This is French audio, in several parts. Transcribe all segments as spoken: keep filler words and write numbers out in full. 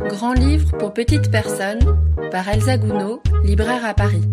Grand livre pour petites personnes par Elsa Gounod, libraire à Paris.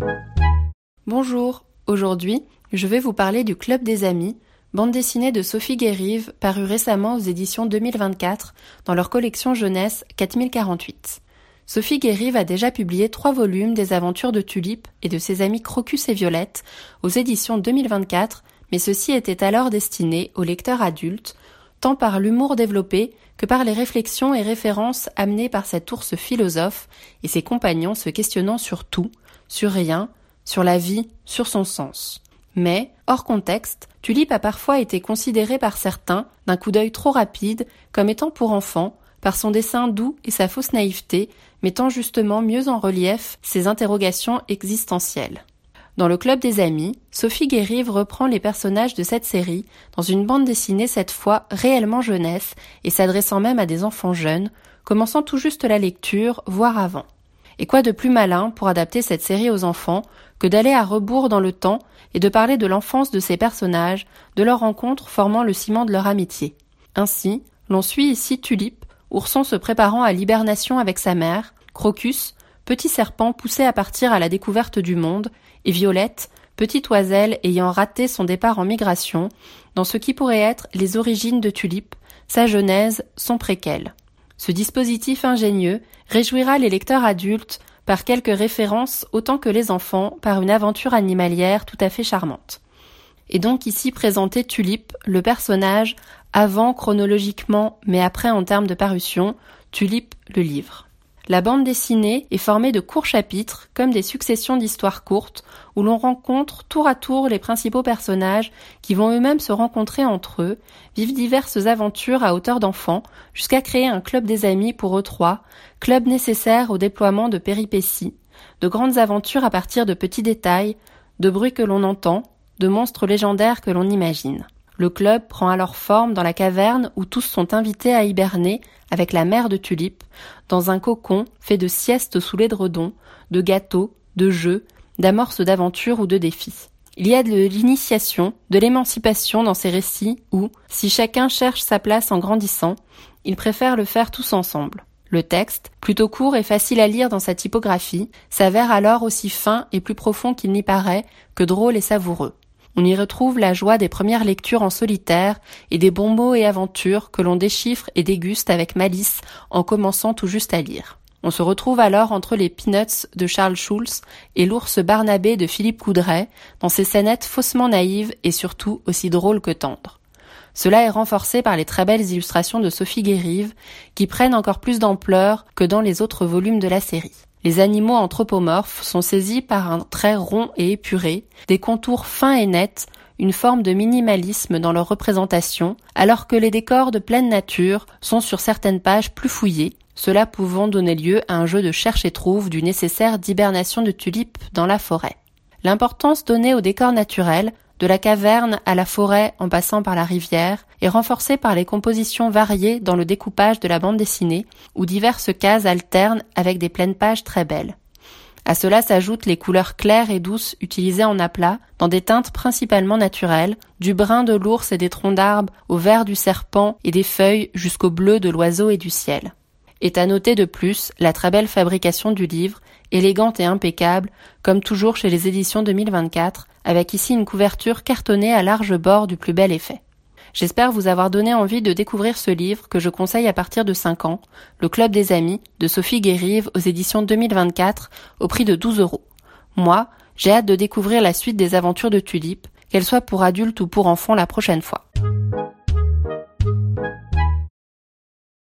Bonjour, aujourd'hui, je vais vous parler du Club des Amis, bande dessinée de Sophie Guérive, parue récemment aux éditions deux mille vingt-quatre dans leur collection jeunesse quatre mille quarante-huit. Sophie Guérive a déjà publié trois volumes des aventures de Tulipe et de ses amis Crocus et Violette aux éditions deux mille vingt-quatre, mais ceci était alors destiné aux lecteurs adultes, tant par l'humour développé que par les réflexions et références amenées par cet ours philosophe et ses compagnons se questionnant sur tout, sur rien, sur la vie, sur son sens. Mais, hors contexte, Tulipe a parfois été considéré par certains, d'un coup d'œil trop rapide, comme étant pour enfants, par son dessin doux et sa fausse naïveté, mettant justement mieux en relief ses interrogations existentielles. Dans le Club des Amis, Sophie Guérive reprend les personnages de cette série dans une bande dessinée cette fois réellement jeunesse et s'adressant même à des enfants jeunes, commençant tout juste la lecture, voire avant. Et quoi de plus malin pour adapter cette série aux enfants que d'aller à rebours dans le temps et de parler de l'enfance de ces personnages, de leurs rencontres formant le ciment de leur amitié. Ainsi, l'on suit ici Tulipe, ourson se préparant à l'hibernation avec sa mère, Crocus, petit serpent poussé à partir à la découverte du monde, et Violette, petite oiselle ayant raté son départ en migration, dans ce qui pourrait être les origines de Tulipe, sa genèse, son préquel. Ce dispositif ingénieux réjouira les lecteurs adultes par quelques références autant que les enfants par une aventure animalière tout à fait charmante. Et donc ici présenté Tulipe, le personnage, avant chronologiquement mais après en termes de parution, Tulipe le livre. La bande dessinée est formée de courts chapitres, comme des successions d'histoires courtes, où l'on rencontre tour à tour les principaux personnages qui vont eux-mêmes se rencontrer entre eux, vivent diverses aventures à hauteur d'enfants, jusqu'à créer un club des amis pour eux trois, club nécessaire au déploiement de péripéties, de grandes aventures à partir de petits détails, de bruits que l'on entend, de monstres légendaires que l'on imagine. Le club prend alors forme dans la caverne où tous sont invités à hiberner avec la mère de Tulipe, dans un cocon fait de siestes sous l'édredon, de gâteaux, de jeux, d'amorces d'aventures ou de défis. Il y a de l'initiation, de l'émancipation dans ces récits où, si chacun cherche sa place en grandissant, ils préfèrent le faire tous ensemble. Le texte, plutôt court et facile à lire dans sa typographie, s'avère alors aussi fin et plus profond qu'il n'y paraît que drôle et savoureux. On y retrouve la joie des premières lectures en solitaire et des bons mots et aventures que l'on déchiffre et déguste avec malice en commençant tout juste à lire. On se retrouve alors entre les Peanuts de Charles Schulz et l'ours Barnabé de Philippe Coudray dans ces scénettes faussement naïves et surtout aussi drôles que tendres. Cela est renforcé par les très belles illustrations de Sophie Guérive qui prennent encore plus d'ampleur que dans les autres volumes de la série. Les animaux anthropomorphes sont saisis par un trait rond et épuré, des contours fins et nets, une forme de minimalisme dans leur représentation, alors que les décors de pleine nature sont sur certaines pages plus fouillés, cela pouvant donner lieu à un jeu de cherche et trouve du nécessaire d'hibernation de Tulipe dans la forêt. L'importance donnée aux décors naturels, de la caverne à la forêt en passant par la rivière, est renforcée par les compositions variées dans le découpage de la bande dessinée, où diverses cases alternent avec des pleines pages très belles. À cela s'ajoutent les couleurs claires et douces utilisées en aplat, dans des teintes principalement naturelles, du brun de l'ours et des troncs d'arbres au vert du serpent et des feuilles jusqu'au bleu de l'oiseau et du ciel. Est à noter de plus la très belle fabrication du livre, élégante et impeccable, comme toujours chez les éditions deux mille vingt-quatre, avec ici une couverture cartonnée à large bord du plus bel effet. J'espère vous avoir donné envie de découvrir ce livre que je conseille à partir de cinq ans, Le Club des Amis, de Sophie Guérive aux éditions deux mille vingt-quatre, au prix de douze euros. Moi, j'ai hâte de découvrir la suite des aventures de Tulipe, qu'elles soient pour adultes ou pour enfants la prochaine fois.